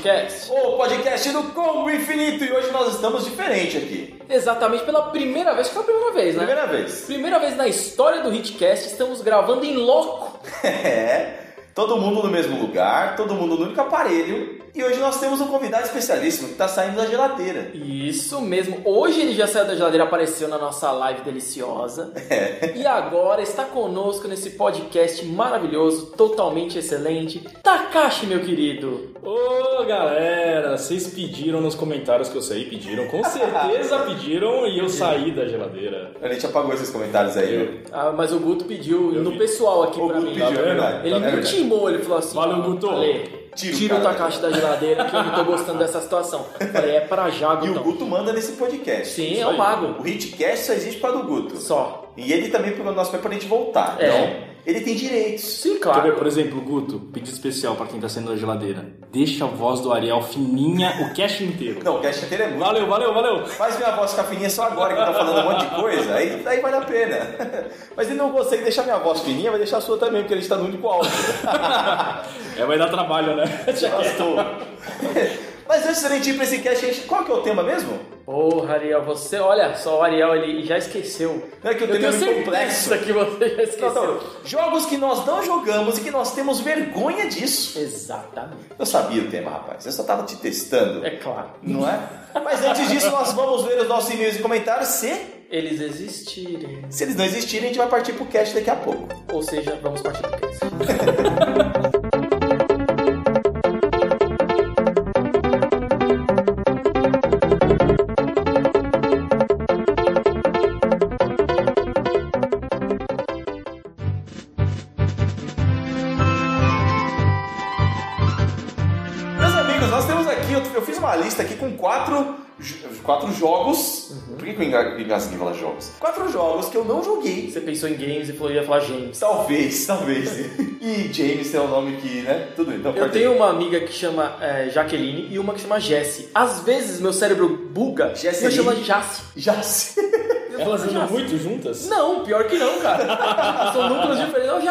Podcast. O podcast do Combo Infinito. E hoje nós estamos diferente aqui. Exatamente, pela primeira vez. Foi a primeira vez, né? Primeira vez na história do Hitcast, estamos gravando em loco. Todo mundo no mesmo lugar, todo mundo no único aparelho. E hoje nós temos um convidado especialíssimo que está saindo da geladeira. Isso mesmo. Hoje ele já saiu da geladeira, apareceu na nossa live deliciosa. E agora está conosco nesse podcast maravilhoso, totalmente excelente. Takashi, meu querido. Ô, galera, vocês pediram nos comentários que eu saí, pediram, com certeza pediram, e eu saí da geladeira. A gente apagou esses comentários aí. Mas o Guto pediu no pessoal aqui pra mim. Pediu, ele me intimou, ele falou assim: valeu, Guto. Tira o Takashi da geladeira que eu não tô gostando dessa situação. Falei, é pra já, Guto. E o Guto manda nesse podcast. Sim, é o mago. O Hitcast só existe para do Guto. Só. E ele também pegou o nosso pé pra gente voltar. Então, ele tem direitos. Sim, claro. Quer ver, por exemplo, Guto, pedido especial pra quem tá saindo da geladeira. Deixa a voz do Ariel fininha o cast inteiro. Não, o cast inteiro é muito. Valeu. Faz minha voz ficar fininha só agora que eu tô falando um monte de coisa, aí vale a pena. Mas ele não consegue deixar minha voz fininha, vai deixar a sua também, porque a gente tá no único áudio. Vai dar trabalho, né? Mas antes da gente ir pra esse cast, qual que é o tema mesmo? Porra, Ariel, você, olha só, o Ariel, ele já esqueceu. Não é que o tema é muito complexo. Que você já esqueceu. Não, jogos que nós não jogamos e que nós temos vergonha disso. Exatamente. Eu sabia o tema, rapaz. Eu só tava te testando. É claro. Não é? Mas antes disso, nós vamos ver os nossos e-mails e comentários se eles existirem. Se eles não existirem, a gente vai partir pro cast daqui a pouco. Ou seja, vamos partir pro cast. Eu fiz uma lista aqui com quatro jogos. Por que eu engasguei falar jogos? 4 jogos que eu não joguei. Você pensou em games e falou que ia falar James. Talvez. E James é um nome que, né? Tudo bem. Então, eu tenho uma amiga que chama Jaqueline e uma que chama Jessie. Às vezes meu cérebro buga e eu chamo de Jace. Elas andam muito juntas? Não, pior que não, cara. São núcleos diferentes. Não,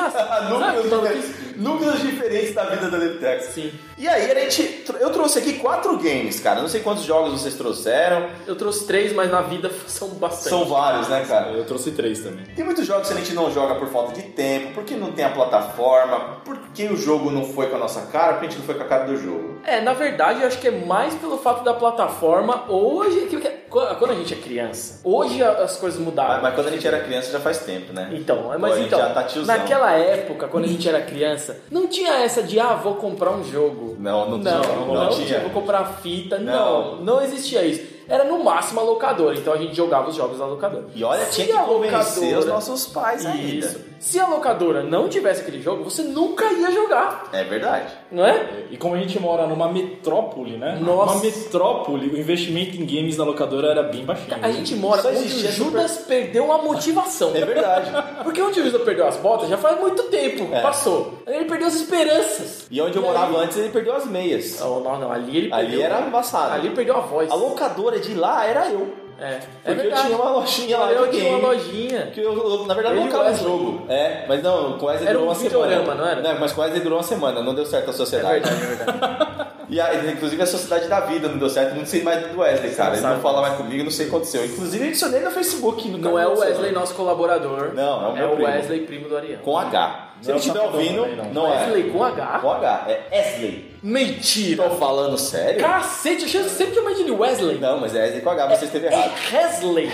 Jace. Núcleos diferentes da vida da Leptex. Sim. E aí, eu trouxe aqui 4 games, cara. Não sei quantos jogos vocês trouxeram. Eu trouxe 3, mas na vida são bastante. São vários, né, cara? Eu trouxe 3 também. Tem muitos jogos que a gente não joga por falta de tempo, porque não tem a plataforma, porque o jogo não foi com a nossa cara, porque a gente não foi com a cara do jogo. Na verdade, eu acho que é mais pelo fato da plataforma. Hoje, quando a gente é criança, hoje as coisas mudaram. Mas quando a gente era criança já faz tempo, né? Então, já tá tiozão. Naquela época, quando a gente era criança, não tinha essa de, vou comprar um jogo. Não tinha. Vou comprar fita. Não existia isso. Era no máximo a locadora, então a gente jogava os jogos da locadora. E olha, tinha que convencer os nossos pais ainda. Isso. Se a locadora não tivesse aquele jogo, você nunca ia jogar. É verdade. Não é? E como a gente mora numa metrópole, né? Nossa. Uma metrópole, o investimento em games na locadora era bem baixinho. A gente mora onde o Judas perdeu a motivação. É verdade. Porque onde o Judas perdeu as botas já faz muito tempo. Passou. Ele perdeu as esperanças. E onde eu morava antes, ele perdeu as meias. Não. Ali ele perdeu. Ali era embaçado. Ali ele perdeu a voz. A locadora de lá era eu. Porque verdade. eu tinha uma lojinha lá. Eu tinha uma lojinha. Que eu na verdade, não colocava o jogo. Mas não, com o Wesley durou uma semana. Não era? Não, mas com o Wesley durou uma semana. Não deu certo a sociedade. É verdade. E inclusive a Sociedade da Vida não deu certo. Não sei mais do Wesley, cara. Ele não fala mais comigo, não sei o que aconteceu. Inclusive eu adicionei no Facebook. Não é o Wesley, nosso colaborador. Não, é o meu primo. Wesley, primo do Ariel. Com H. Se ele estiver ouvindo, não é. Wesley com H? Com H. É Wesley. Mentira! Tô falando sério? Cacete, eu sempre chamei de Wesley. Não, mas é Wesley com H, você esteve errado. É Wesley.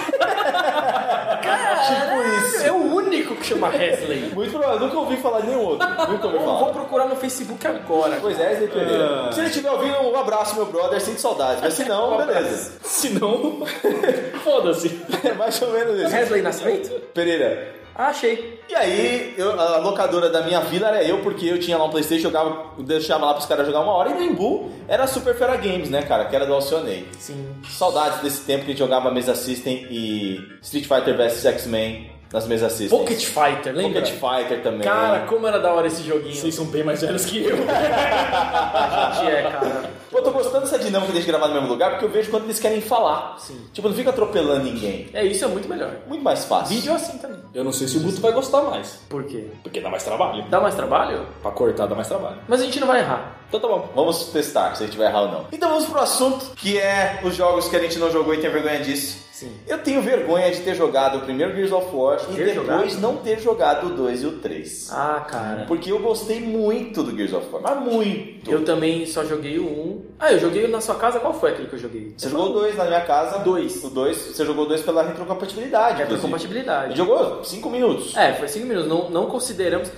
Tipo isso. É o único que chama Wesley. Muito provável, nunca ouvi falar de nenhum outro. Nunca ouvi falar. Vou procurar no Facebook agora. Pois é, Wesley Pereira. Se ele estiver ouvindo, um abraço, meu brother, sinto saudades. Mas se não, beleza. Se não, foda-se. É mais ou menos isso. Wesley Nascimento? Pereira. Achei. E aí, a locadora da minha vila era eu, porque eu tinha lá um PlayStation, deixava lá pros caras jogar 1 hora, e no Embu era a Super Fera Games, né, cara, que era do Alcionei. Sim. Saudades desse tempo que a gente jogava Mesa System e Street Fighter vs X-Men nas mesas Systems. Pocket Fighter, lembra? Pocket Fighter também. Cara, como era da hora esse joguinho. Vocês são bem mais velhos que eu. A gente cara. Pô, tô gostando dessa dinâmica de gravar no mesmo lugar, porque eu vejo quando eles querem falar. Sim. Tipo, não fica atropelando ninguém. Isso é muito melhor. Muito mais fácil. Vídeo é assim também. Eu não sei se o Guto vai gostar mais. Por quê? Porque dá mais trabalho. Dá mais trabalho? Pra cortar dá mais trabalho. Mas a gente não vai errar. Então tá bom. Vamos testar se a gente vai errar ou não. Então vamos pro assunto, que é os jogos que a gente não jogou e tem vergonha disso. Sim. Eu tenho vergonha de ter jogado o primeiro Gears of War e depois não ter jogado o 2 e o 3. Ah, cara. Porque eu gostei muito do Gears of War, mas muito. Eu também só joguei o 1. Eu joguei na sua casa. Qual foi aquele que eu joguei? Você jogou o 2 na minha casa. 2. O 2, você jogou o 2 pela retrocompatibilidade. Retrocompatibilidade. E jogou 5 minutos. Foi 5 minutos. Não consideramos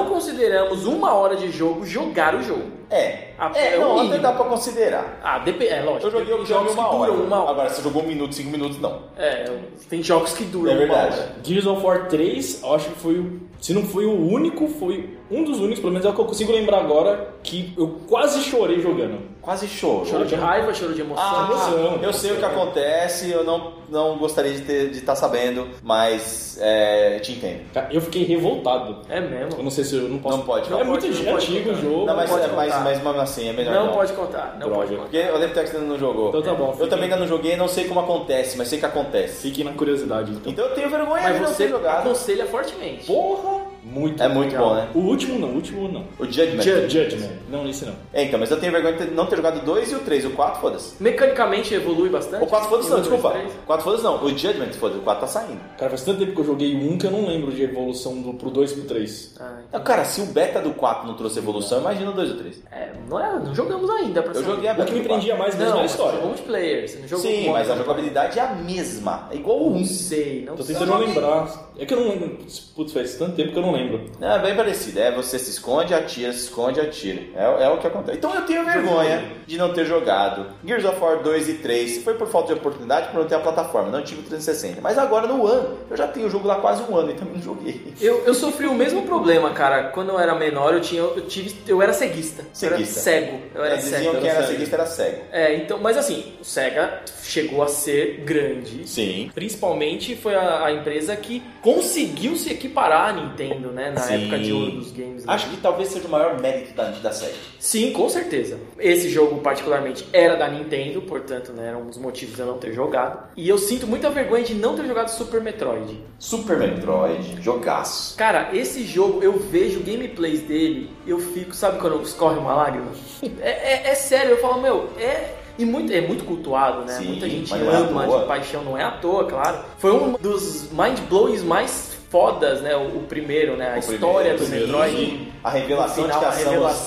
1 hora de jogo jogar o jogo. Não, até dá pra considerar. Lógico. Eu joguei o jogo uma hora. Agora, você jogou 1 minuto, 5 minutos, não. Tem jogos que duram. É verdade. Gears of War 3, eu acho que foi se não foi o único, foi um dos únicos, pelo menos é o que eu consigo lembrar agora, que eu quase chorei jogando. Quase choro. Choro de raiva, choro de emoção. Eu sei o que acontece, eu não gostaria de estar sabendo, mas te entendo. Eu fiquei revoltado. É mesmo? Eu não sei se eu não posso... Não pode. É muito antigo o jogo. Não, mas mesmo assim é melhor não. Não pode contar. Porque eu lembro que você ainda não jogou. Então tá bom. Eu também ainda não joguei, não sei como acontece, mas sei que acontece. Fiquem na curiosidade. Então eu tenho vergonha de não ter jogado. Mas você aconselha fortemente. Porra! Muito bom, né? O último não. O Judgment. Não, esse não. Então, mas eu tenho vergonha de não ter jogado o 2 e o 3. O 4, foda-se. Mecanicamente evolui bastante? O 4, foda-se não, desculpa. O 4, foda-se não. O Judgment, foda-se. O 4 tá saindo. Cara, faz tanto tempo que eu joguei o 1 que eu não lembro de evolução pro 2 e pro 3. Cara, se o beta do 4 não trouxe evolução, imagina o 2 e o 3. Não jogamos ainda. Eu joguei a beta. O que me prendia mais mesmo é a história. Você jogou multiplayer, você não jogou. Sim, mas a jogabilidade é a mesma. É igual o 1. Não sei. Tô tentando lembrar. É que eu não lembro. Putz, faz tanto tempo que eu não lembro. É bem parecido. Você se esconde, atira, É o que acontece. Então eu tenho vergonha de não ter jogado Gears of War 2 e 3. Foi por falta de oportunidade, por não ter a plataforma. Não tive o 360. Mas agora no One, eu já tenho o jogo lá quase um ano e também não joguei. Eu sofri o mesmo problema, cara. Quando eu era menor, eu era ceguista. Eu era cego. Diziam que era ceguista, era cego. Então, mas assim, o Sega chegou a ser grande. Sim. Principalmente foi a empresa que conseguiu se equiparar à Nintendo, né? Na época de ouro dos games. Acho que talvez seja o maior mérito da Sega. Sim, com certeza. Esse jogo, particularmente, era da Nintendo, portanto, né, era um dos motivos de eu não ter jogado. E eu sinto muita vergonha de não ter jogado Super Metroid. Super Metroid, jogaço. Cara, esse jogo, eu vejo gameplays dele, eu fico, sabe quando escorre uma lágrima? É sério, eu falo, é muito cultuado, né? Sim, muita gente ama de paixão, não é à toa, claro. Foi um dos mind blowings mais fodas, né? O primeiro, né? A história do Metroid. A revelação final, de que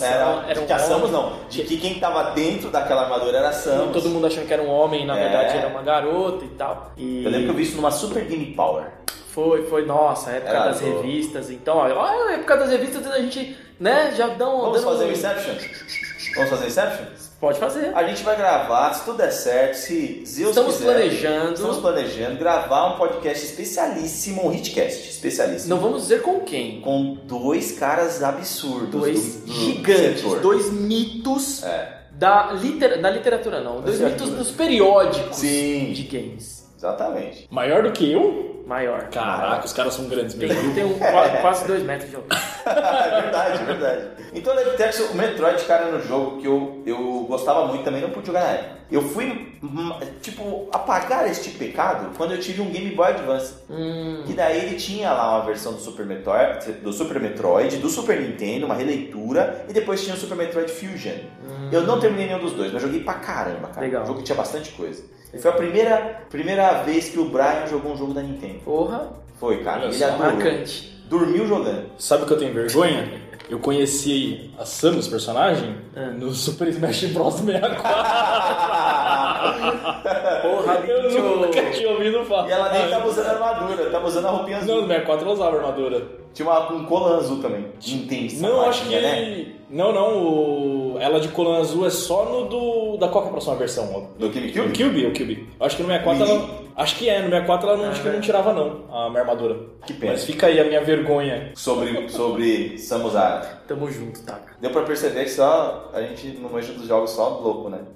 a Samus de que quem tava dentro daquela armadura era a Samus. Todo mundo achando que era um homem, na verdade era uma garota e tal. Eu lembro que eu vi isso numa Super Game Power. Foi, nossa, a época das revistas. Então, olha, a época das revistas a gente, né, já dá um... Vamos fazer o Inception? Vamos fazer Inception? Pode fazer. A gente vai gravar, se tudo der certo, se Zeus quiser. Estamos planejando gravar um podcast especialíssimo, um hitcast especialíssimo. Não vamos dizer com quem. Com 2 caras absurdos. 2 gigantes, 2 mitos da literatura, não. 2 mitos dos periódicos de games. Exatamente. Maior do que eu? Maior. Caraca, os caras são grandes mesmo. Tem quase 2 metros de altura. É verdade. Então, o Metroid, cara, era um jogo que eu gostava muito, também não pude jogar na época. Eu fui, apagar este pecado quando eu tive um Game Boy Advance. E daí ele tinha lá uma versão do Super Metroid, do Super Nintendo, uma releitura, e depois tinha o Super Metroid Fusion. Eu não terminei nenhum dos dois, mas joguei pra caramba, cara. Legal. Um jogo que tinha bastante coisa. E foi a primeira vez que o Brian jogou um jogo da Nintendo. Porra! Foi, cara. Ele adorou. Marcante. Dormiu jogando. Sabe o que eu tenho vergonha? Eu conheci a Samus, personagem, no Super Smash Bros. 64. Porra, bicho. Eu nunca tinha ouvido falar. E ela nem tava usando armadura, tava usando a roupinha azul. Não, no 64 ela usava armadura. Tinha um colã azul também. Intensa. Não, acho que... Né? Não. Ela de colã azul é só no da qual que é a próxima versão? Do GameCube? O Cube. Acho que no 64 ela... Acho que no 64 ela acho que não tirava não, a minha armadura. Que pena. Mas fica aí a minha vergonha. Sobre Samus Aran. Tamo junto, Taka. Deu pra perceber que só a gente não manja dos jogos só louco, né?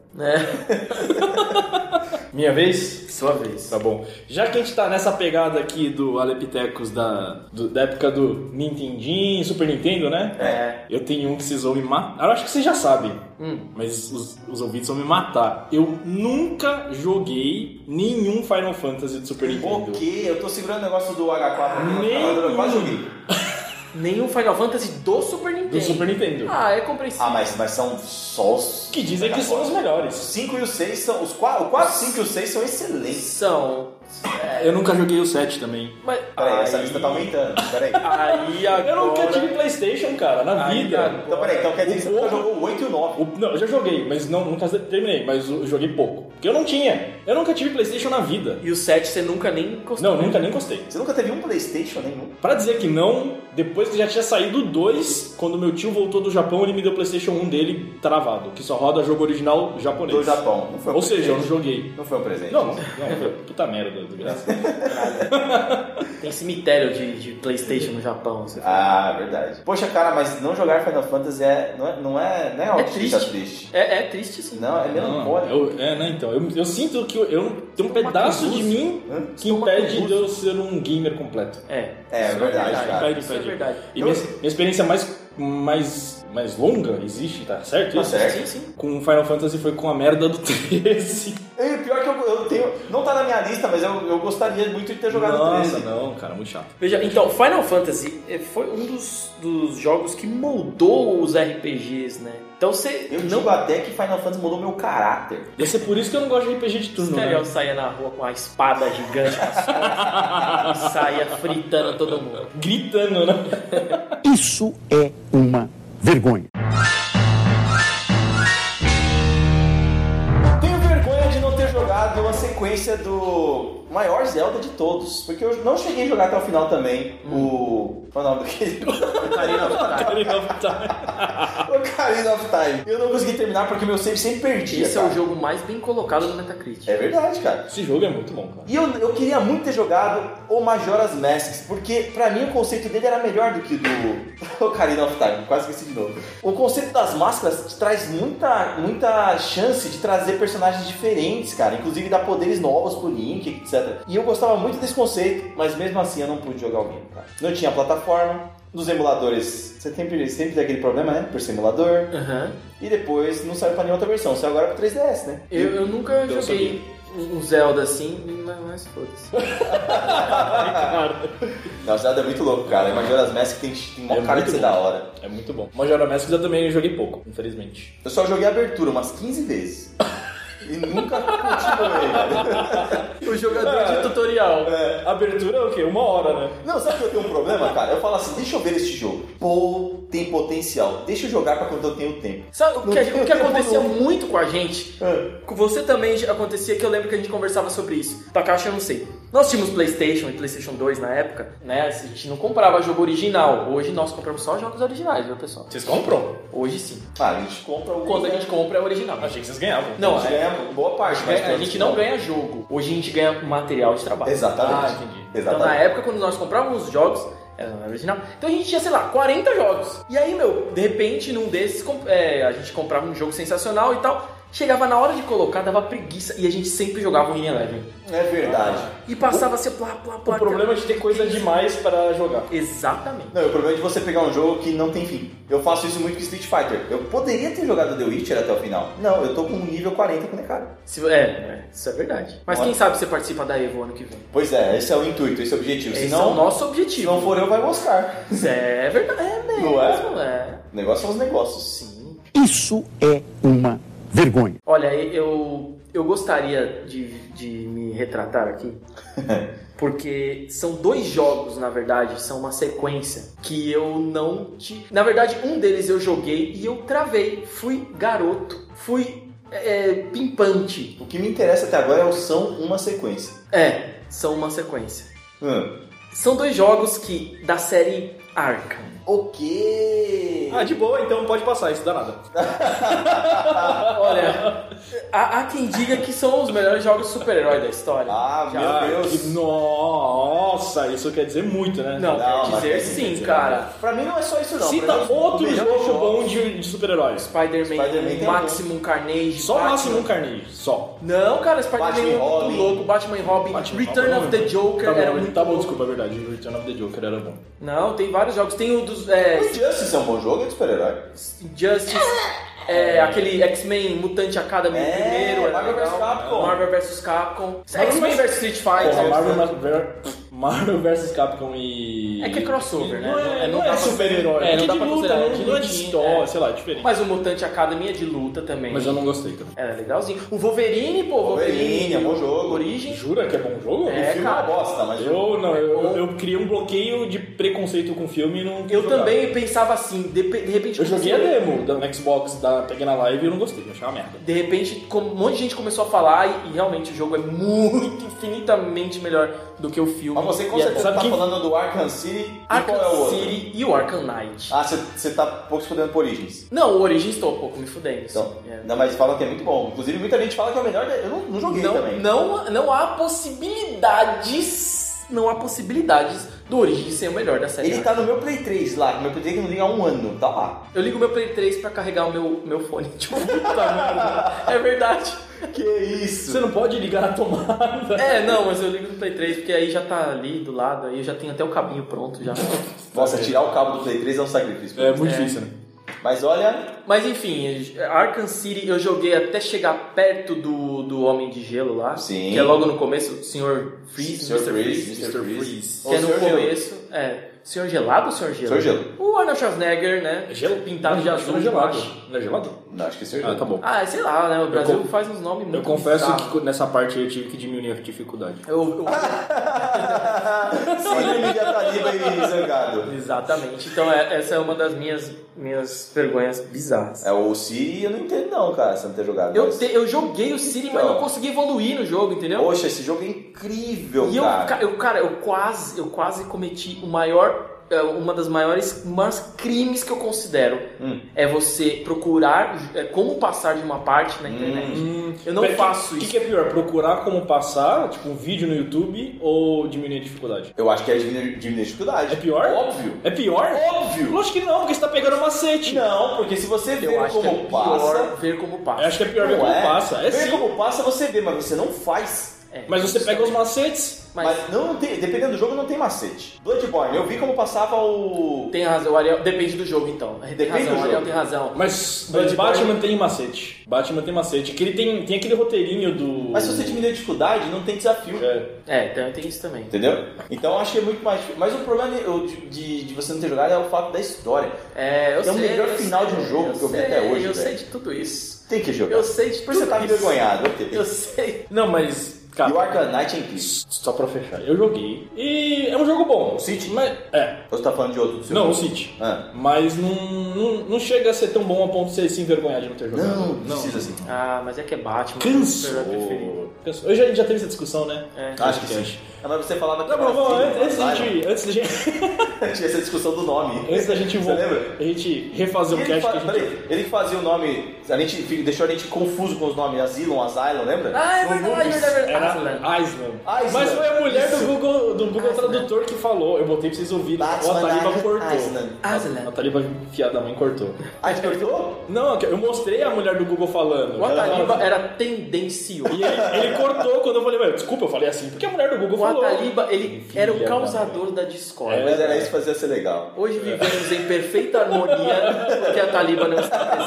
Minha vez? Sua vez. Tá bom. Já que a gente tá nessa pegada aqui do Alepitecos da época do Nintendinho, Super Nintendo, né? Eu tenho um que vocês vão me matar. Eu acho que vocês já sabem, mas os ouvintes vão me matar. Eu nunca joguei nenhum Final Fantasy do Super Nintendo. Ok, eu tô segurando o negócio do H4 aqui. Eu quase joguei. Nenhum Final Fantasy do Super Nintendo. Do Super Nintendo. É compreensível. Mas são só os... Que dizem que são os melhores. Os 5 e o 6 são... O 4, 5 e o 6 são excelentes. São... Eu nunca joguei o 7 também. Mas... Peraí, essa lista tá aumentando. Peraí. Aí agora... Eu nunca tive PlayStation, cara, na vida. Então peraí, então quer dizer que você nunca jogou o 8 e o 9? Não, eu já joguei, mas nunca terminei. Mas eu joguei pouco. Porque eu não tinha. Eu nunca tive PlayStation na vida. E o 7 você nunca nem encostou? Não, nunca nem encostei. Você nunca teve um PlayStation nenhum? Pra dizer que não, depois que já tinha saído o 2, quando meu tio voltou do Japão, ele me deu o PlayStation 1 dele travado, que só roda jogo original japonês. Do Japão. Não foi um Ou seja, eu presente? não joguei. Não foi um presente? Não, puta merda, de graça. Tem cemitério de PlayStation no Japão. Você fala. Verdade. Poxa, cara, mas não jogar Final Fantasy não é algo que fica triste. É triste, sim. Não, é melancólico. Então, eu sinto que eu tenho um pedaço de mim que impede de eu ser um gamer completo. É verdade, cara. Isso é verdade. E minha experiência mais longa, existe, tá certo? Tá certo. Sim. Com Final Fantasy foi com a merda do 13. E pior que eu tenho... Não tá na minha lista, mas eu gostaria muito de ter jogado o 13. Não, cara, muito chato. Veja, então, Final Fantasy foi um dos jogos que moldou os RPGs, né? Então você... Eu digo até que Final Fantasy mudou meu caráter. Deve ser por isso que eu não gosto de RPG de turno, né? Eu saía na rua com a espada gigante nas costas e saía fritando todo mundo. Gritando, né? Isso é uma vergonha. Tenho vergonha de não ter jogado uma sequência do maior Zelda de todos, porque eu não cheguei a jogar até o final também. Qual é o nome daquele? Ocarina of Time. Ocarina of Time. Eu não consegui terminar porque meu save sempre perdia. Esse é o jogo mais bem colocado no Metacritic. É verdade, cara. Esse jogo é muito bom, cara. E eu queria muito ter jogado o Majora's Mask, porque pra mim o conceito dele era melhor do que o do Ocarina of Time. Quase esqueci de novo. O conceito das máscaras te traz muita chance de trazer personagens diferentes, cara. Inclusive dar poderes novos pro Link, etc. E eu gostava muito desse conceito, mas mesmo assim eu não pude jogar o game, cara. Não tinha plataforma. Nos emuladores, você sempre tem aquele problema, né? Por ser emulador. E depois não saiu pra nenhuma outra versão. Saiu agora pro 3DS, né? Eu nunca joguei um Zelda assim, mas foda-se. Não, o Zelda é muito louco, cara. E Majora's Mask tem uma cara de ser da hora. É muito bom. Majora's Mask eu também joguei pouco, infelizmente. Eu só joguei a abertura umas 15 vezes. E nunca continuei, velho. O jogador de tutorial. Abertura é o quê? 1 hora, né? Não, sabe que eu tenho um problema, cara? Eu falo assim, deixa eu ver este jogo. Pô, tem potencial. Deixa eu jogar pra quando eu tenho tempo. Sabe o que acontecia muito com a gente? Com você também acontecia, que eu lembro que a gente conversava sobre isso. Takashi, eu não sei. Nós tínhamos PlayStation e PlayStation 2 na época, né? A gente não comprava jogo original. Hoje nós compramos só jogos originais, viu, pessoal? Vocês compram? Hoje sim. A gente compra o... Quando a gente compra é original. Achei que vocês ganhavam. Não, a gente ganha boa parte. Mas a gente não ganha jogo. Hoje a gente ganha material de trabalho. Exatamente. Entendi. Então na época, quando nós comprávamos os jogos, era original. Então a gente tinha, sei lá, 40 jogos. E aí, de repente, num desses, a gente comprava um jogo sensacional e tal. Chegava na hora de colocar, dava preguiça. E a gente sempre jogava o In Eleven. É verdade. E passava assim, plá. O problema é de ter coisa demais para jogar. Exatamente. Não, o problema é de você pegar um jogo que não tem fim. Eu faço isso muito com Street Fighter. Eu poderia ter jogado The Witcher até o final. Não, eu tô com um nível 40 com o cara. Isso é verdade. Mas quem sabe você participa da EVO ano que vem. Pois é, esse é o intuito, esse é o objetivo. Esse é o nosso objetivo. Se não for eu, vai o Oscar. É verdade, é mesmo. Não é? É. O negócio são os negócios. Sim. Isso é uma vergonha. Olha, eu gostaria de me retratar aqui, porque são 2 jogos, na verdade, são uma sequência que eu não... Na verdade, um deles eu joguei e eu travei, fui garoto, fui pimpante. O que me interessa até agora são uma sequência. São uma sequência. Hum. São 2 jogos que da série Arkham. O quê? Ah, de boa, então pode passar, isso dá nada. Olha, há quem diga que são os melhores jogos de super-herói da história. Meu Deus. Nossa, isso quer dizer muito, né? Não, quer dizer sim, cara. Pra mim não é só isso não. Cita outro jogo bom de super-heróis. Spider-Man, Maximum Carnage. Só Batman. Maximum Carnage, só. Não, cara, Spider-Man é muito louco. Batman e Robin. Return of the Joker era muito Tá bom, louco. desculpa, é verdade. Return of the Joker era bom. Não, tem vários jogos. Tem o dos... Injustice é um bom jogo, é de super-herói. Injustice, aquele X-Men Mutant Academy primeiro. Marvel vs Capcom. Marvel vs Capcom. X-Men vs Street Fighter. Marvel vs Capcom e... É que é crossover, né? Não é super-herói. Não dá pra considerar. Não é de história, sei lá, é diferente. Mas o Mutant Academy é de luta também. Mas eu não gostei também. Era legalzinho. O Wolverine, pô. Wolverine é bom jogo. Origem. Jura que é bom jogo? O filme é uma bosta, mas... Eu criei um bloqueio de preconceito com o filme e não... Eu também pensava assim, de repente... Eu joguei a demo no Xbox, peguei na live e eu não gostei, eu achei uma merda. De repente, um monte de gente começou a falar e realmente o jogo é muito, infinitamente melhor do que o filme. Mas você com certeza tá falando do Arkham City e qual é o outro? City e o Arkham Knight. Ah, você tá um pouco se fudendo por Origins. Não, o Origins estou um pouco me fudendo. Então, não, mas falam que é muito bom. Inclusive, muita gente fala que é o melhor. Eu não joguei também. Não há possibilidades. Não há possibilidades do Origins ser o melhor da série. Ele tá no meu Play 3 lá. Meu Play 3 que não liga há um ano. Tá lá. Eu ligo meu Play 3 pra carregar o meu fone. Tipo, puta merda. É verdade. Que isso? Você não pode ligar a tomada. Não, mas eu ligo no Play 3 porque aí já tá ali do lado, aí eu já tenho até o cabinho pronto já. Nossa, tirar o cabo do Play 3 é um sacrifício. É muito difícil, né? Mas olha... Mas enfim, Arkham City eu joguei até chegar perto do Homem de Gelo lá. Sim. Que é logo no começo, o Sr. Freeze. Mr. Freeze. Que é no começo. Senhor Gelado ou Senhor Gelo? Senhor Gelo. O Arnold Schwarzenegger, né? Gelo pintado de azul. gelado. Não é gelado? Não, acho que é Senhor Gelo. Ah, tá bom. Sei lá, né? O Brasil faz uns nomes muito Eu confesso bizarros. que nessa parte eu tive que diminuir a dificuldade. Olha ele já tá livre e zangado. Exatamente. Então essa é uma das minhas vergonhas bizarras. O City eu não entendo não, cara, você não ter jogado. Eu joguei o City, mas não consegui evoluir no jogo, entendeu? Poxa, esse jogo é incrível, E eu quase cometi o maior, uma das maiores crimes que eu considero. É você procurar como passar de uma parte na internet. Eu não faço isso. O que é pior? Procurar como passar, tipo um vídeo no YouTube, ou diminuir a dificuldade? Eu acho que é diminuir a dificuldade. É pior? Óbvio. É pior? Óbvio. Lógico que não, porque você tá pegando macete. Não, porque se você ver como passa... ver como passa. Eu acho que é pior ver como passa. Ver como passa você vê, mas você não faz. Mas você pega os macetes. Mas não tem, dependendo do jogo não tem macete. Bloodborne, eu vi como passava o... Tem razão, o Ariel, depende do jogo então. Depende do jogo. O Ariel tem razão. Mas Batman tem macete. Que ele tem aquele roteirinho do... Mas se você diminuir a dificuldade, não tem desafio. Então tem isso também. Entendeu? Então eu acho que é muito mais difícil. Mas o problema de você não ter jogado é o fato da história. Eu sei, o melhor final de um jogo que eu vi até hoje. Eu sei de tudo isso. Tem que jogar. Eu sei de tudo isso. Por você tá envergonhado. Eu sei. Não, mas... Cara, e o Arkham Knight é incrível. Só pra fechar, eu joguei. E é um jogo bom. O City? Mas, Ou você tá falando de outro do seu Não, jogo? o City. Mas não chega a ser tão bom a ponto de você se envergonhar de não ter jogado. Não precisa assim. Mas é que é Batman. Cansou. Hoje a gente já teve essa discussão, né? Acho que sim. Mas você falava que... Antes da gente... Tinha essa discussão do nome. Antes da gente voltar, lembra? A gente refazer o cast que a gente... Ele que fazia o nome... deixou a gente confuso com os nomes. Asylum, lembra? É verdade. Era Island. Mas foi a mulher do Google Tradutor que falou. Eu botei pra vocês ouvirem. O Ataliba cortou. A Ataliba fiada da mãe cortou. Você cortou? Não, eu mostrei a mulher do Google falando. O Ataliba era tendencioso. E ele cortou quando eu falei, desculpa, eu falei assim, porque a mulher do Google falou. O Ataliba, ele era o causador da discórdia. Mas era isso que fazia ser legal. Hoje vivemos em perfeita harmonia porque a Ataliba não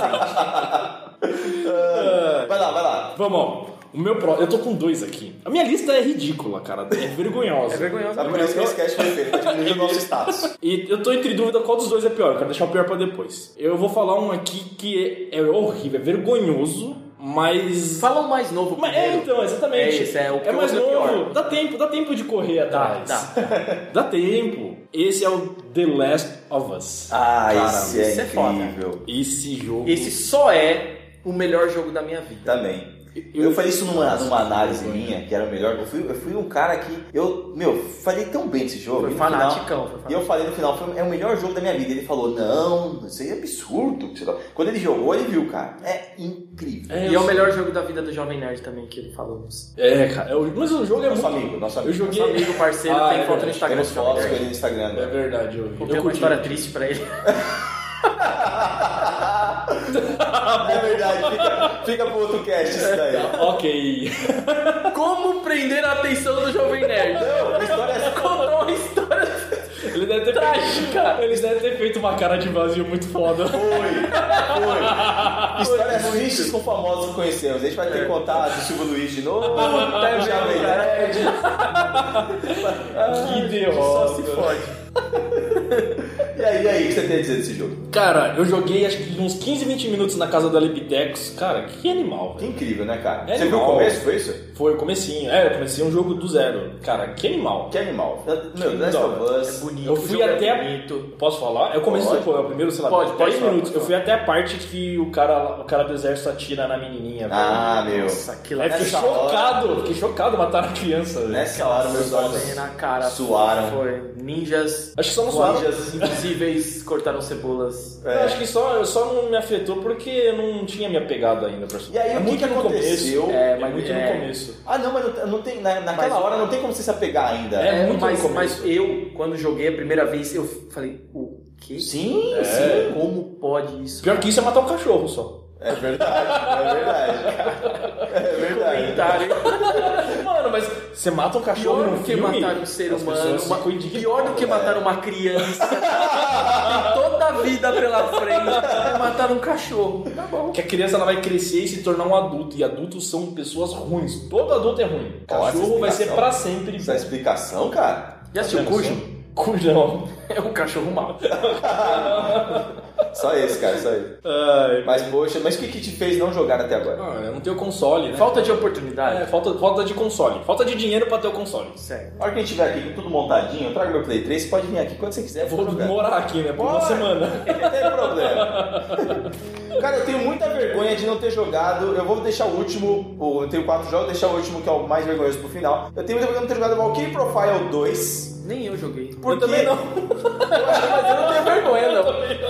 está presente. Vai lá. Vamos. Eu tô com 2 aqui. A minha lista é ridícula, cara. É vergonhosa. Sabe por isso que esse cast foi feito, pra diminuir o nosso status. E eu tô entre dúvida qual dos 2 é pior. Eu quero deixar o pior pra depois. Eu vou falar um aqui que é horrível, é vergonhoso, mas... Fala o mais novo primeiro. Então, exatamente. É mais novo. Pior. Dá tempo de correr atrás. Dá tempo. Esse é o The Last of Us. Esse é incrível. Esse jogo... Esse só é o melhor jogo da minha vida. Também. Eu falei isso numa análise minha, que era o melhor. Eu fui um cara que falei tão bem desse jogo. Foi fanaticão. E eu falei no final, é o melhor jogo da minha vida. Ele falou, não, isso aí é absurdo. Quando ele jogou, ele viu, cara. É incrível. E é o melhor jogo da vida do Jovem Nerd também, que ele falou. Cara, mas o jogo é nosso amigo. Eu joguei... Nosso amigo, parceiro, tem foto no Instagram. Temos fotos com ele no Instagram. É verdade, eu vi. Contei uma história triste pra ele. É verdade, fica pro outro cast isso daí. Ok. Como prender a atenção do Jovem Nerd? Não, a história é Contou uma história Ele deve ter trágica. Eles devem ter feito uma cara de vazio muito foda. Foi. Histórias tristes com famosos que conhecemos. A gente vai ter que contar do Silvio Luiz de novo. Jovem Nerd. Que derrota. Só se fode. E aí, o que você tem a dizer desse jogo? Cara, eu joguei acho que uns 15, 20 minutos na casa da Lepitecos. Cara, que animal, Que velho. incrível, né, cara? É Você animal. viu o começo, foi isso? Foi o comecinho. Eu comecei um jogo do zero. Cara, que animal. Que animal. Meu, Last of Us. É bonito. Eu fui o jogo até é bonito. Posso falar? Eu comecei Pode. o primeiro, sei lá, Pode 10 falar, minutos. pode Eu fui até a parte que o cara do exército atira na menininha. Ah, meu. Nossa, aquilo Aí fiquei nessa chocado. Fiquei chocado, mataram a criança. velho. Nessa hora, meus olhos na cara. suaram. Foi. Ninjas. Acho que só não suaram. Ninjas invisíveis cortaram cebolas. Acho que só não me afetou porque eu não tinha me apegado ainda. E aí, o que aconteceu? Mas muito no começo. Ah, não, mas não tem, naquela hora não tem como você se apegar ainda. Muito no começo. Mas eu, quando joguei a primeira vez, eu falei, o quê? Sim. Como pode isso? Pior que isso é matar um cachorro só. É verdade. Comentário. Mano, mas você mata um cachorro Pior no do que filme, matar um ser as humano. pessoas ficam indignadas. Pior do que matar uma criança. Tem toda a vida pela frente. É matar um cachorro. Tá bom. Que a criança ela vai crescer e se tornar um adulto. E adultos são pessoas ruins. Todo adulto é ruim. Cachorro vai ser pra sempre. Essa explicação, cara. Já assistiu Cujo? Cujo não. É um cachorro mau. Só esse, cara, só esse. Mas, poxa, mas o que te fez não jogar até agora? Eu não tenho console, né? Falta de oportunidade. Falta de console. Falta de dinheiro pra ter o console. Sério. A hora que a gente estiver aqui com tudo montadinho, eu trago meu Play 3, você pode vir aqui quando você quiser. Vou jogar. morar aqui, né? Por uma Bora. semana. Não tem problema. Cara, eu tenho muita vergonha de não ter jogado. Eu vou deixar o último. Eu tenho 4 jogos, vou deixar o último que é o mais vergonhoso pro final. Eu tenho muita vergonha de não ter jogado Valkyrie Profile 2. Nem eu joguei. Porque... também não. Mas eu não tenho vergonha, não.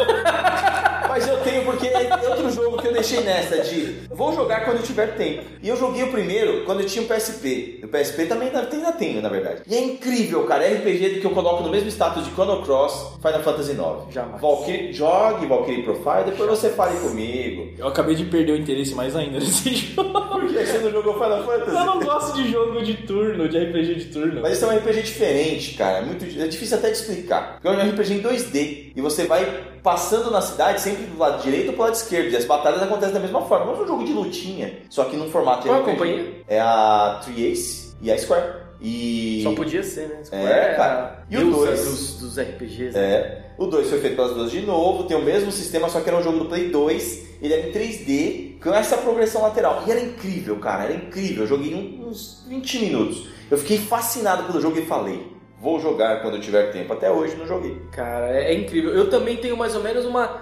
Mas eu tenho, porque é outro jogo que eu deixei nessa de vou jogar quando eu tiver tempo. E eu joguei o primeiro quando eu tinha o PSP. O PSP também ainda tenho, na verdade. E é incrível, cara. É RPG que eu coloco no mesmo status de Chrono Cross, Final Fantasy IX. Jamais. Jogue Valkyrie Profile, depois você fale comigo. Eu acabei de perder o interesse mais ainda nesse jogo. Por que você não jogou Final Fantasy? Eu não gosto de jogo de turno, de RPG de turno. Mas esse é um RPG diferente, cara. É difícil até de explicar. Porque é um RPG em 2D. E você vai passando na cidade, sempre do lado direito ou pro lado esquerdo. E as batalhas acontecem da mesma forma. Mas é um jogo de lutinha. Só que num formato de Qual a RPG. companhia? É a 3Ace e a Square. E... Só podia ser, né? cara. E o 2? Dos RPGs. Né? O 2 foi feito pelas duas de novo. Tem o mesmo sistema, só que era um jogo do Play 2. Ele era em 3D, com essa progressão lateral. E era incrível, cara. Era incrível. Eu joguei uns 20 minutos. Eu fiquei fascinado pelo jogo e falei... Vou jogar quando eu tiver tempo. Até hoje não joguei. Cara, é incrível. Eu também tenho mais ou menos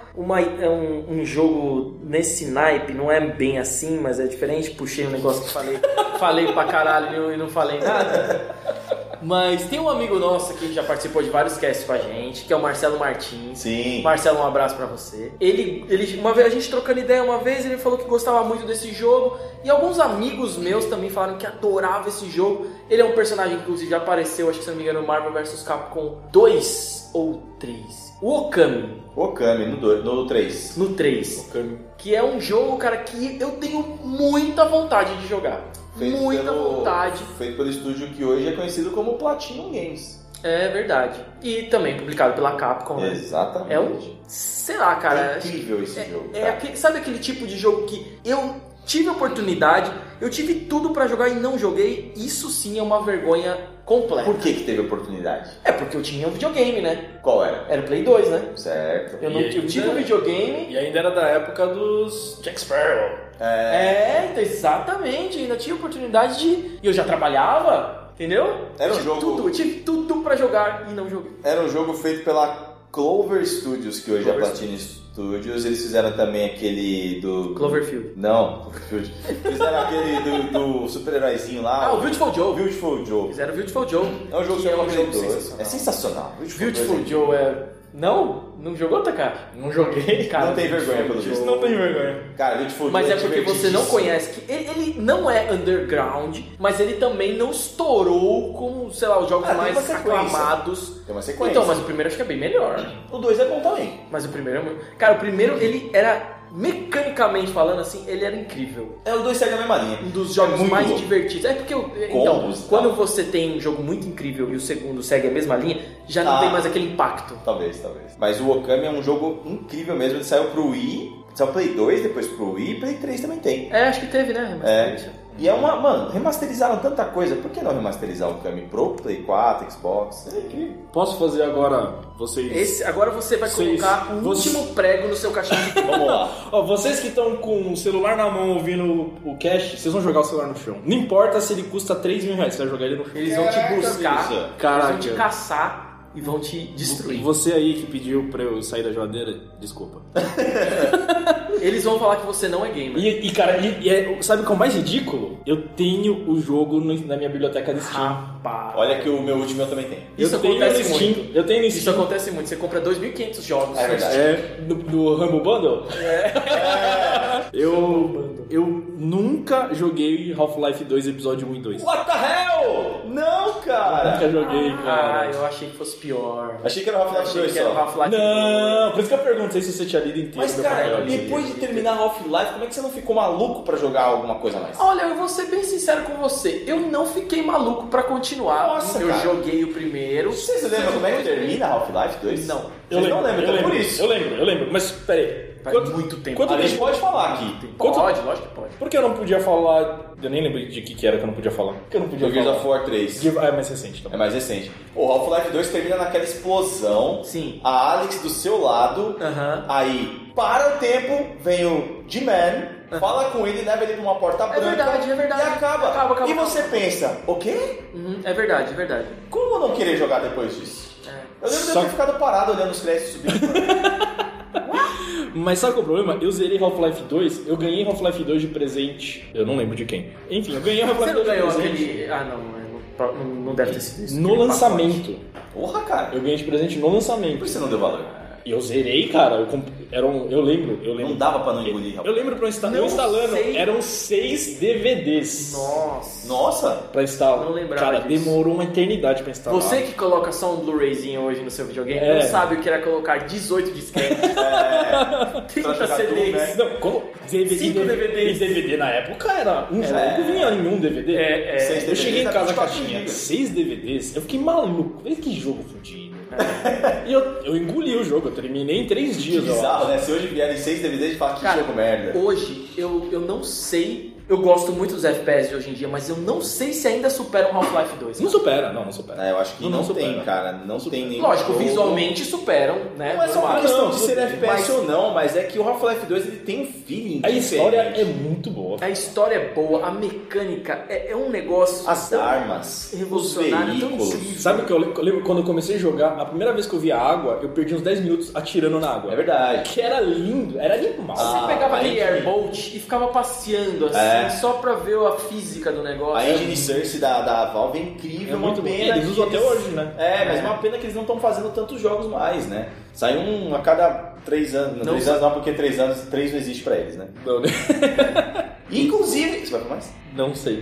um jogo nesse naipe. Não é bem assim, mas é diferente. Puxei um negócio que falei pra caralho e não falei nada. Mas tem um amigo nosso aqui que já participou de vários casts com a gente, que é o Marcelo Martins. Sim. Marcelo, um abraço pra você. Ele uma vez, a gente trocando ideia uma vez, ele falou que gostava muito desse jogo. E alguns amigos meus também falaram que adoravam esse jogo. Ele é um personagem que inclusive já apareceu, acho que se não me engano, no Marvel vs Capcom 2 ou 3. O Okami. No 3. No 3. Okami. Que é um jogo, cara, que eu tenho muita vontade de jogar. Vontade. Feito pelo estúdio que hoje é conhecido como Platinum Games. É verdade. E também publicado pela Capcom. Né? Exatamente. É um... Sei lá, cara. É incrível esse jogo. Sabe aquele tipo de jogo que eu tive oportunidade, eu tive tudo pra jogar e não joguei? Isso sim é uma vergonha completa. Por que teve oportunidade? É porque eu tinha um videogame, né? Qual era? Era o Play 2, né? Certo. Eu tive um videogame. E ainda era da época dos Jack Sparrow. Então, exatamente. Ainda tinha oportunidade de... E eu já trabalhava, entendeu? Era um jogo... Eu tive tudo pra jogar e não joguei. Era um jogo feito pela Clover Studios, que hoje é a Studios, eles fizeram também aquele do... Cloverfield. Não, Cloverfield. Fizeram aquele do super-heróizinho lá. O Beautiful Joe. Beautiful Joe. Fizeram o Beautiful Joe. É um jogo que é um jogo sensacional. É sensacional. Beautiful Joe é... Não jogou, Taka? Não joguei. Cara, não tem vergonha pelo visto. Não tem vergonha. Cara, Beautiful Joe mas é porque você não conhece. Que ele não é underground, mas ele também não estourou como, sei lá, os jogos mais aclamados. Tem uma sequência. Então, mas o primeiro acho que é bem melhor. O 2 é bom também. Mas o primeiro é muito... Cara, o primeiro ele era... Mecanicamente falando, assim, ele era incrível. O 2 segue a mesma linha. Um dos jogos mais divertidos. É porque, então, quando você tem um jogo muito incrível e o segundo segue a mesma linha, já não tem mais aquele impacto. Talvez. Mas o Okami é um jogo incrível mesmo. Ele saiu pro Wii, saiu Play 2, depois pro Wii e Play 3 também tem. Acho que teve, né? E é uma... Mano, remasterizaram tanta coisa. Por que não remasterizar o Okami pro Play 4, Xbox? É incrível. Posso fazer agora vocês... Agora você vai colocar o último prego no seu caixão de... Vamos lá. Vocês que estão com o celular na mão ouvindo o cast, vocês vão jogar o celular no chão. Não importa se ele custa 3 mil reais, você vai jogar ele no chão. Eles vão te buscar, Caraca. eles vão te caçar e vão te destruir. Você aí que pediu pra eu sair da geladeira, desculpa. Eles vão falar que você não é gamer. Cara, sabe o que é o mais ridículo? Eu tenho o jogo na minha biblioteca de Steam. Rapaz. Olha que o meu último eu também tenho. Isso acontece muito. Eu tenho no Steam. Isso acontece muito. Você compra 2.500 jogos. É verdade. Do Humble Bundle? Eu nunca joguei Half-Life 2 episódio 1 e 2. What the hell? Não, cara. Nunca joguei, cara. Eu achei que fosse pior. Achei que era o Half-Life 2 só. Não, por isso que eu perguntei se você tinha lido inteiro. Mas, cara, depois de terminar Half-Life, como é que você não ficou maluco pra jogar alguma coisa a mais? Olha, eu vou ser bem sincero com você. Eu não fiquei maluco pra continuar. Nossa, eu cara. joguei o primeiro. Você se lembra como é que termina Half-Life 2? Não. Eu lembro, por isso. Eu lembro, mas peraí. Faz muito tempo. A gente pode falar aqui. Pode, lógico que pode. Por que eu não podia falar... Eu nem lembro de que era que eu não podia falar. Por que eu não podia falar? Gears of War 3. É mais recente também. É mais recente. O Half-Life 2 termina naquela explosão. Sim. A Alex do seu lado. Aí, para o tempo, vem o G-Man, fala com ele, leva ele pra uma porta branca. É verdade. E acaba. E você pensa, o quê? É verdade. Como não querer jogar depois disso? Eu lembro de eu ter ficado parado olhando os créditos subindo. Mas sabe qual é o problema? Eu zerei Half-Life 2, eu ganhei Half-Life 2 de presente. Eu não lembro de quem. Enfim, eu ganhei Half-Life 2 de presente. Você não ganhou aquele... não deve ter sido isso. No lançamento. Porra, cara. Eu ganhei de presente no lançamento. Por que você não deu valor? E eu zerei, cara. Eu lembro. Não dava pra não engolir. Eu lembro pra eu instalando. Eram 6 DVDs. Nossa. Pra instalar. Não lembrava Cara, disso. demorou uma eternidade pra instalar. Você que coloca só um Blu-rayzinho hoje no seu videogame, não sabe o que era colocar 18 disquetes. 30 CDs. Né? Não, 5 DVDs. E DVD na época era um jogo, vinha em um DVD. Eu cheguei em casa com a caixinha, 6 DVDs. Eu fiquei maluco. Olha que jogo fudido. E eu engoli o jogo, eu terminei em 3 dias. Que bizarro, né? Se hoje vierem 6 DVDs, de fato, que jogo merda. Hoje, eu não sei... Eu gosto muito dos FPS de hoje em dia, mas eu não sei se ainda supera um Half-Life 2. Não supera, não supera. Eu acho que não tem, cara. Não tem nem. Lógico, visualmente superam, né? Não é só uma questão de ser FPS ou não, mas é que o Half-Life 2 ele tem um feeling A história diferente. é muito boa. A história é boa, a mecânica é um negócio... As armas, os veículos. Sabe o que eu lembro quando eu comecei a jogar? A primeira vez que eu vi a água, eu perdi uns 10 minutos atirando na água. É verdade. Que era lindo, era animal. Você pegava aquele Airbolt e ficava passeando assim, só pra ver a física do negócio. A engine search da Valve é incrível, muito pena. Eles usam até hoje, né? Mas uma pena que eles não estão fazendo tantos jogos mais, né? Sai um a cada 3 anos. Não, 3 anos não, porque 3 anos, 3 não existe pra eles, né? Não, né? Inclusive... Você vai pra mais? Não sei.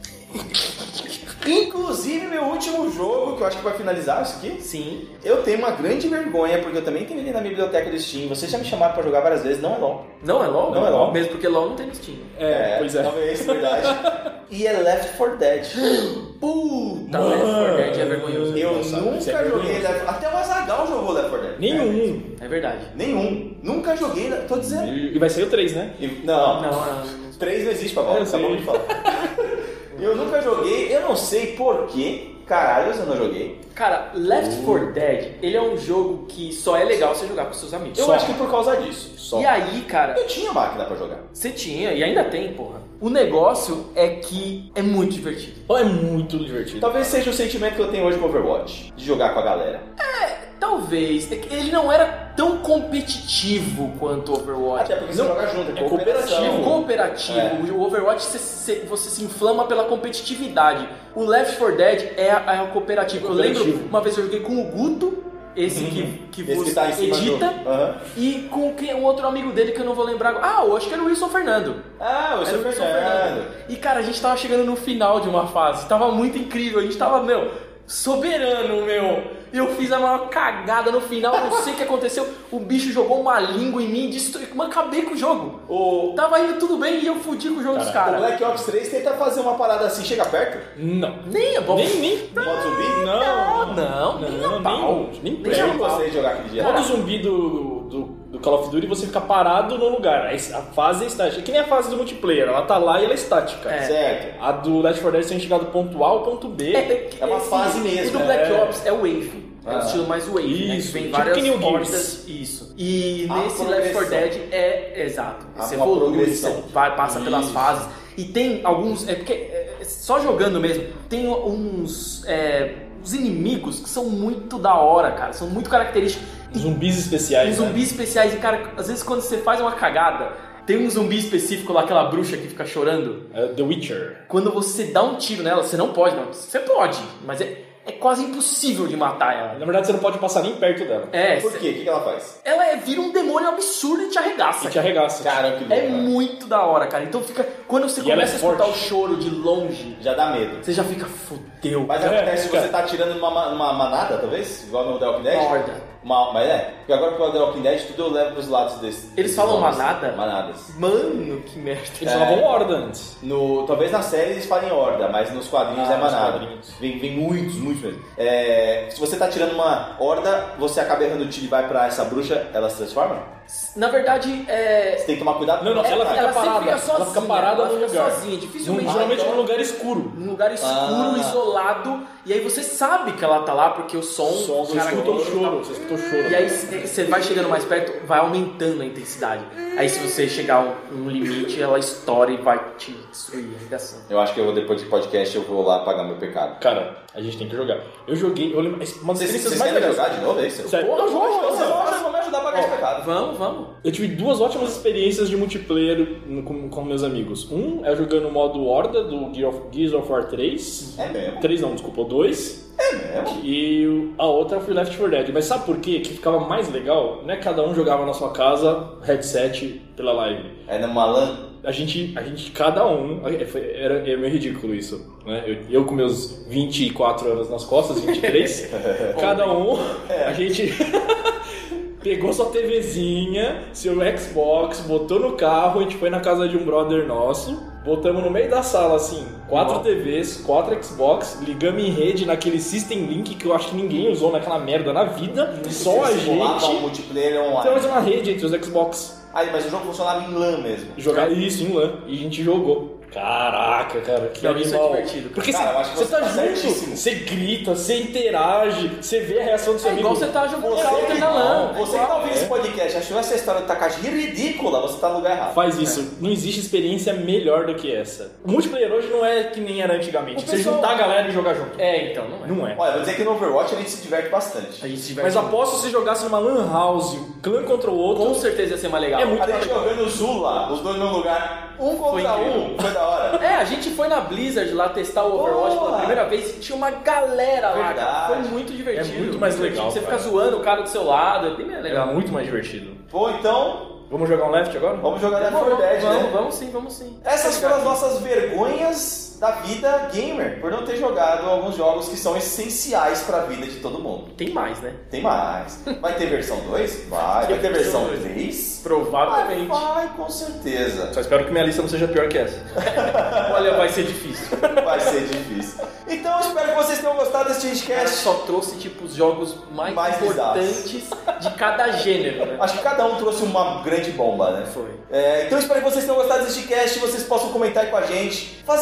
Inclusive, meu último jogo, que eu acho que vai finalizar isso aqui. Sim. Eu tenho uma grande vergonha, porque eu também tenho ele na minha biblioteca do Steam. Vocês já me chamaram pra jogar várias vezes, não é LOL. Não é LOL? Não é LOL. Mesmo porque LOL não tem no Steam. Pois é. Talvez, verdade. E é Left 4 Dead. Puta, Left 4 Dead é vergonhoso. Eu nunca joguei Left 4 Dead. Até o Azaghal jogou Left 4 Dead. Nenhum. É verdade. Nenhum. Nunca joguei, tô dizendo. E vai sair o 3, né? Não. 3 não existe, Pavel. Acabou de falar. Eu nunca joguei, eu não sei porquê. Caralho, eu não joguei. Cara, Left 4 Dead, ele é um jogo que só é legal você jogar com seus amigos. Eu acho que por causa disso. Só. E aí, cara... Eu tinha máquina pra jogar. Você tinha, e ainda tem, porra. O negócio é que é muito divertido. É muito divertido. Talvez seja o sentimento que eu tenho hoje com Overwatch. De jogar com a galera. Talvez. Ele não era tão competitivo quanto o Overwatch. Até porque você joga junto, é cooperativo. Cooperativo. O Overwatch você se inflama pela competitividade. O Left 4 Dead é a cooperativa. Eu lembro, uma vez eu joguei com o Guto, esse que você tá edita, e com um outro amigo dele que eu não vou lembrar. Eu acho que era o Wilson Fernando. O Wilson Fernando. E cara, a gente tava chegando no final de uma fase, tava muito incrível, a gente tava, soberano, Eu fiz a maior cagada no final, não sei o que aconteceu. O bicho jogou uma língua em mim e destruiu. Mas acabei com o jogo. Tava indo tudo bem e eu fudi com o jogo dos caras. O Black Ops 3 tenta fazer uma parada assim, chega perto? Não. Nem é bom. Nem. Modo zumbi? Nem eu não gostei de jogar aquele dia. Modo zumbi do Call of Duty, você fica parado no lugar. A fase é estática. É que nem a fase do multiplayer, ela tá lá e ela é estática. Certo. A do Left 4 Dead você tem que chegar do ponto A ao ponto B. É uma fase mesmo. O do Black Ops é Wave. É o estilo mais Wave, isso, né? Vem tipo várias hordas. Isso. E nesse Left 4 Dead exato. Você evolui, você passa pelas fases. E tem alguns. Só jogando mesmo, tem uns inimigos que são muito da hora, cara. São muito característicos. Zumbis especiais. Zumbis especiais. E, cara, às vezes quando você faz uma cagada, tem um zumbi específico lá, aquela bruxa que fica chorando. The Witcher. Quando você dá um tiro nela, você não pode, não. Você pode, mas é quase impossível de matar ela. Na verdade, você não pode passar nem perto dela. Por quê? O que ela faz? Ela vira um demônio absurdo e te arregaça. Caramba, que louco. É muito da hora, cara. Então fica... Quando você começa a escutar o choro de longe... Já dá medo. Você já fica, fudeu. Mas acontece se você tá atirando numa manada, talvez? Igual no The Walking Dead? Horda. Mas porque agora com o The Walking Dead tudo eu levo pros lados desse. Eles falam manada? Manadas. Mano, que merda. Eles falavam horda antes. Talvez na série eles falem horda, mas nos quadrinhos é manada. Vem muitos mesmo. Se você tá tirando uma horda, você acaba errando o tiro e vai pra essa bruxa, ela se transforma? Na verdade, Você tem que tomar cuidado. Não, ela fica parada. Fica sozinha, ela fica parada no lugar. Sozinha, dificilmente. Geralmente num lugar escuro. Num lugar escuro, isolado. E aí você sabe que ela tá lá porque o som você escuta o choro. Você escuta o choro. E aí você vai chegando mais perto, vai aumentando a intensidade. Aí se você chegar a um limite, ela estoura e vai te destruir a ligação. Eu acho que depois de podcast eu vou lá pagar meu pecado. Cara, a gente tem que jogar. Eu joguei, eu lembro, uma das experiências mais legais. Você quer jogar de novo, é isso? Sério? Porra, eu vou me ajudar a pagar esse pecado. Vamos. Eu tive 2 ótimas experiências de multiplayer com meus amigos. Um é jogando o modo Horda do Gears of War 3. É mesmo? 3 não, desculpa, o 2. É mesmo? E a outra foi Left 4 Dead. Mas sabe por quê? Que ficava mais legal? Não é cada um jogava na sua casa, headset, pela live. É numa LAN? A gente, cada um... Era meio ridículo isso, né? Eu com meus 24 anos nas costas, 23. Cada um, a gente... Pegou sua TVzinha, seu Xbox, botou no carro, a gente foi na casa de um brother nosso, botamos no meio da sala, assim, 4 TVs, 4 Xbox, ligamos em rede naquele System Link que eu acho que ninguém usou naquela merda na vida, só a gente. Um multiplayer online. Então, uma rede entre os Xbox. Mas o jogo funcionava em LAN mesmo. Jogar isso em LAN, e a gente jogou. Caraca, cara, que animal. Isso é divertido. Porque cara, eu acho que você tá junto, você grita, você interage, você vê a reação do seu amigo. Igual você tá jogando Counter na LAN. Você que tá ouvindo esse podcast, achou essa história do Takashi ridícula, você tá no lugar errado. Faz isso. Não existe experiência melhor do que essa. O multiplayer hoje não é que nem era antigamente. Você juntar a galera e jogar junto. Então, não é. Não é. Olha, vou dizer que no Overwatch a gente se diverte bastante. Mas aposto se jogasse numa LAN house, um clã contra o outro. Com certeza ia ser mais legal. É muito a gente jogando o Zul lá, os dois no lugar, um contra um, foi da hora. A gente foi na Blizzard lá testar o Overwatch pela primeira vez e tinha uma galera lá, cara. Foi muito divertido. É muito mais legal. Você fica zoando o cara do seu lado, é bem mais legal. É muito mais divertido. Pô, então... Vamos jogar um Left agora? Vamos jogar Left 4 Dead, né? Vamos sim. Essas foram as nossas vergonhas da vida gamer, por não ter jogado alguns jogos que são essenciais pra vida de todo mundo. Tem mais, né? Tem mais. Vai ter versão 2? Vai ter versão 3? Provavelmente. Vai, com certeza. Só espero que minha lista não seja pior que essa. Olha, vai ser difícil. Vai ser difícil. Então, espero que vocês tenham gostado desse podcast. Só trouxe, tipo, os jogos mais importantes de cada gênero, né? Acho que cada um trouxe uma grande bomba, né? Foi. Então, espero que vocês tenham gostado desse cast, vocês possam comentar aí com a gente, fazer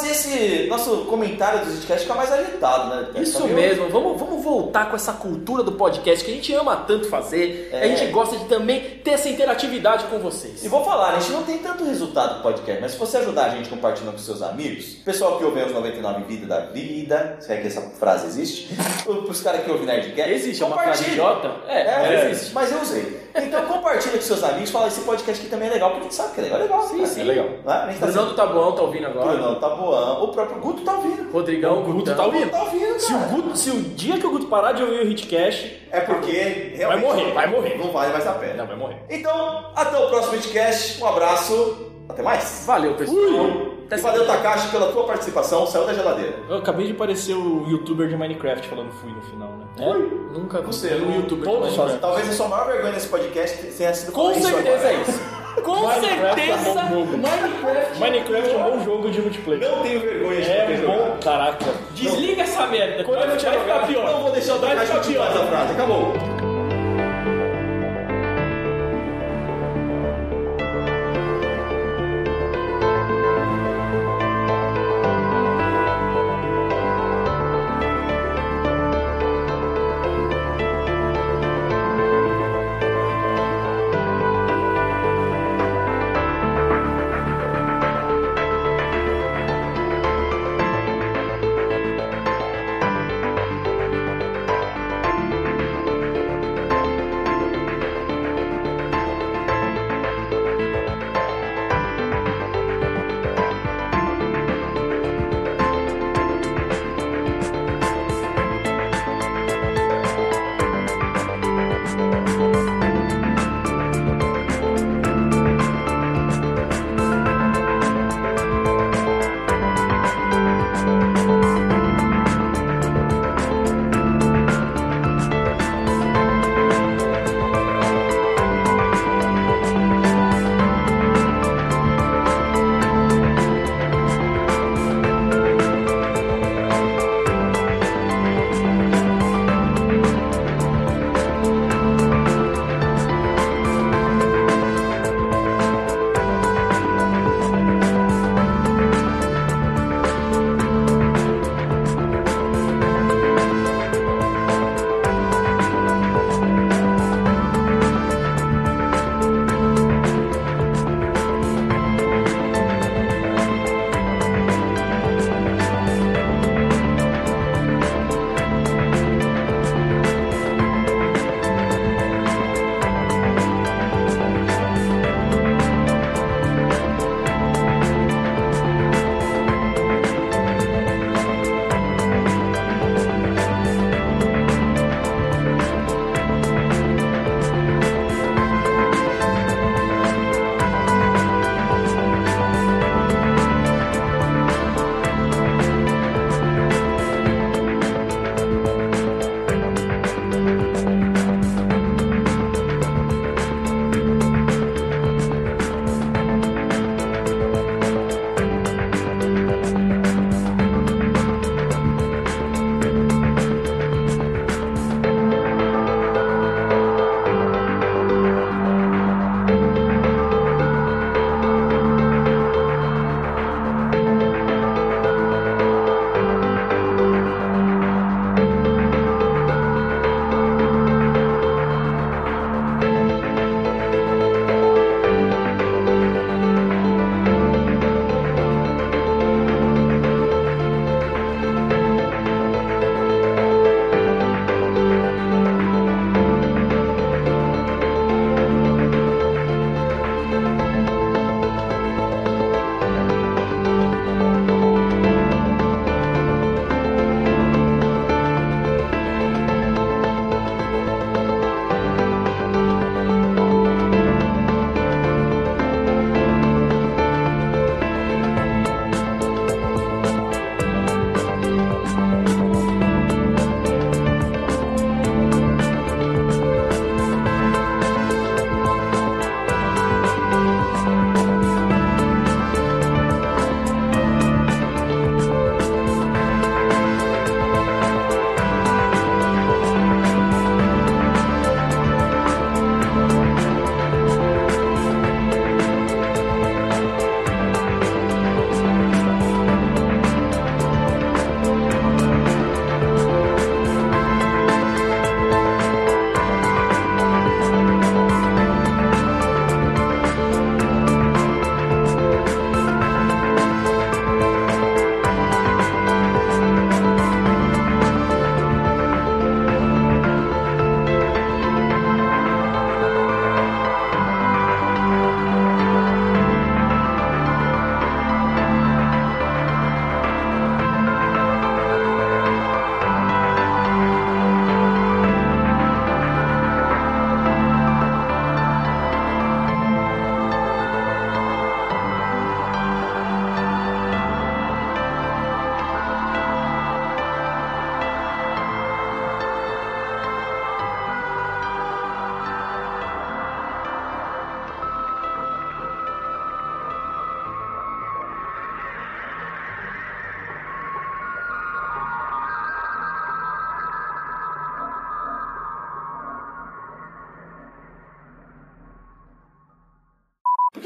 nosso comentário dos podcasts fica mais agitado, né? Isso mesmo, vamos voltar com essa cultura do podcast que a gente ama tanto fazer, a gente gosta de também ter essa interatividade com vocês. E vou falar, a gente não tem tanto resultado do podcast, mas se você ajudar a gente compartilhando com seus amigos, o pessoal que ouve os 99 Vidas da Vida, se é que essa frase existe, os caras que ouvem Nerdcast, existe, é uma frase idiota? Existe, mas eu usei. Então compartilha com seus amigos, fala, esse podcast aqui também é legal, porque a gente sabe que é legal. Sim, é legal. Brunão do Taboão tá ouvindo agora. Brunão do Taboão, o próprio Guto tá ouvindo. Rodrigão, o Guto tá ouvindo. Cara. Se o dia que o Guto parar de ouvir o Hitcast, é porque realmente vai morrer. Não vale mais a pena. Não, vai morrer. Então, até o próximo Hitcast. Um abraço. Até mais. Valeu, pessoal. E valeu, Takashi, pela tua participação. Saiu da geladeira. Eu acabei de parecer o youtuber de Minecraft falando fui no final, né? Nunca Você vi um youtuber todos de fazem. Talvez a sua maior vergonha nesse podcast tenha sido Com certeza agora. é isso. Com certeza, Minecraft é um bom jogo de multiplayer. Não tenho vergonha de É ter bom, jogado. caraca. desliga essa merda. Quando eu não tinha jogado, pior. Não vou deixar o Takashi continuar essa frase. Acabou.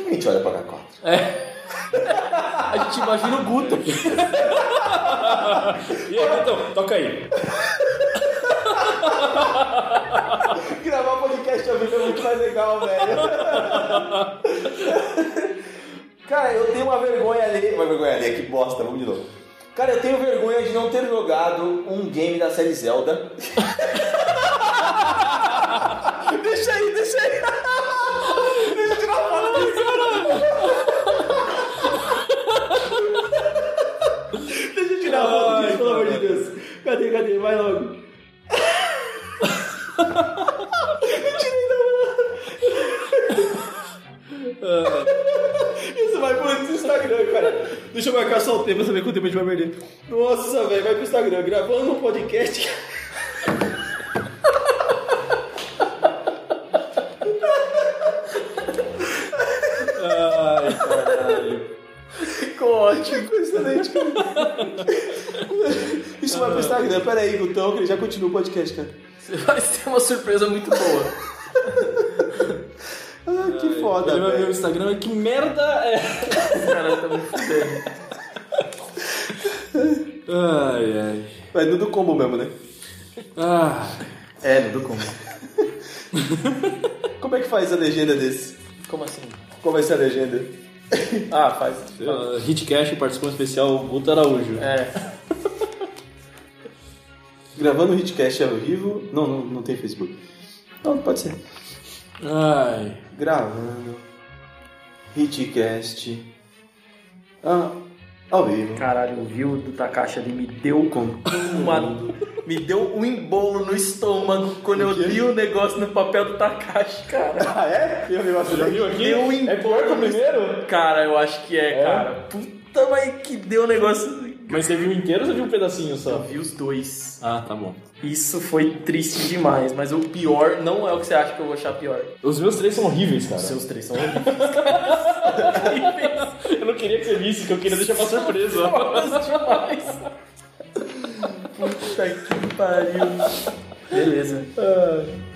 que a gente olha pra H4? A gente imagina o Guto. E aí, Gutão, toca aí. Gravar podcast ao vivo é muito mais legal, velho. Cara, eu tenho uma vergonha ali. Que bosta, vamos de novo. Cara, eu tenho vergonha de não ter jogado um game da série Zelda. Deixa aí. Deixa eu tirar a foto disso, Deixa eu tirar a foto disso, pelo amor de Deus. Cadê? Vai logo. Isso vai pro Instagram, cara. Deixa eu marcar só o tempo pra saber quanto tempo a gente vai perder. Nossa, velho, vai pro Instagram. Gravando um podcast. Ai, caralho. Ficou ótimo. Ficou excelente, cara. Isso vai pro Instagram. Pera aí, Gutão, que ele já continua o podcast, cara. Você vai ter uma surpresa muito boa. Que foda, ele vai ver o velho. Instagram, que merda é? Caralho, tá muito fudendo. Ai. Vai no do combo mesmo, né? No do combo. Como é que faz a legenda desse? Como assim? Qual vai ser a legenda? Faz. Hitcast, participante especial, Guto Araújo. Gravando o Hitcast ao vivo. Não tem Facebook. Não pode ser. Ai. Gravando Hitcast ao vivo. Caralho, o view do Takashi ali me deu me deu um embolo no estômago quando eu li o negócio no papel do Takashi, cara. É? E o negócio Já viu aqui? Deu um embolo. É pior que o primeiro? Cara, eu acho que cara. Puta, mas que deu um negócio... Mas você viu inteiro ou você viu um pedacinho só? Eu vi os dois. Ah, tá bom. Isso foi triste demais, mas o pior não é o que você acha que eu vou achar pior. Os meus 3 são horríveis, cara. Os seus 3 são horríveis, cara. Eu não queria que você visse, que eu queria deixar pra surpresa. Demais. Puta que pariu. Beleza.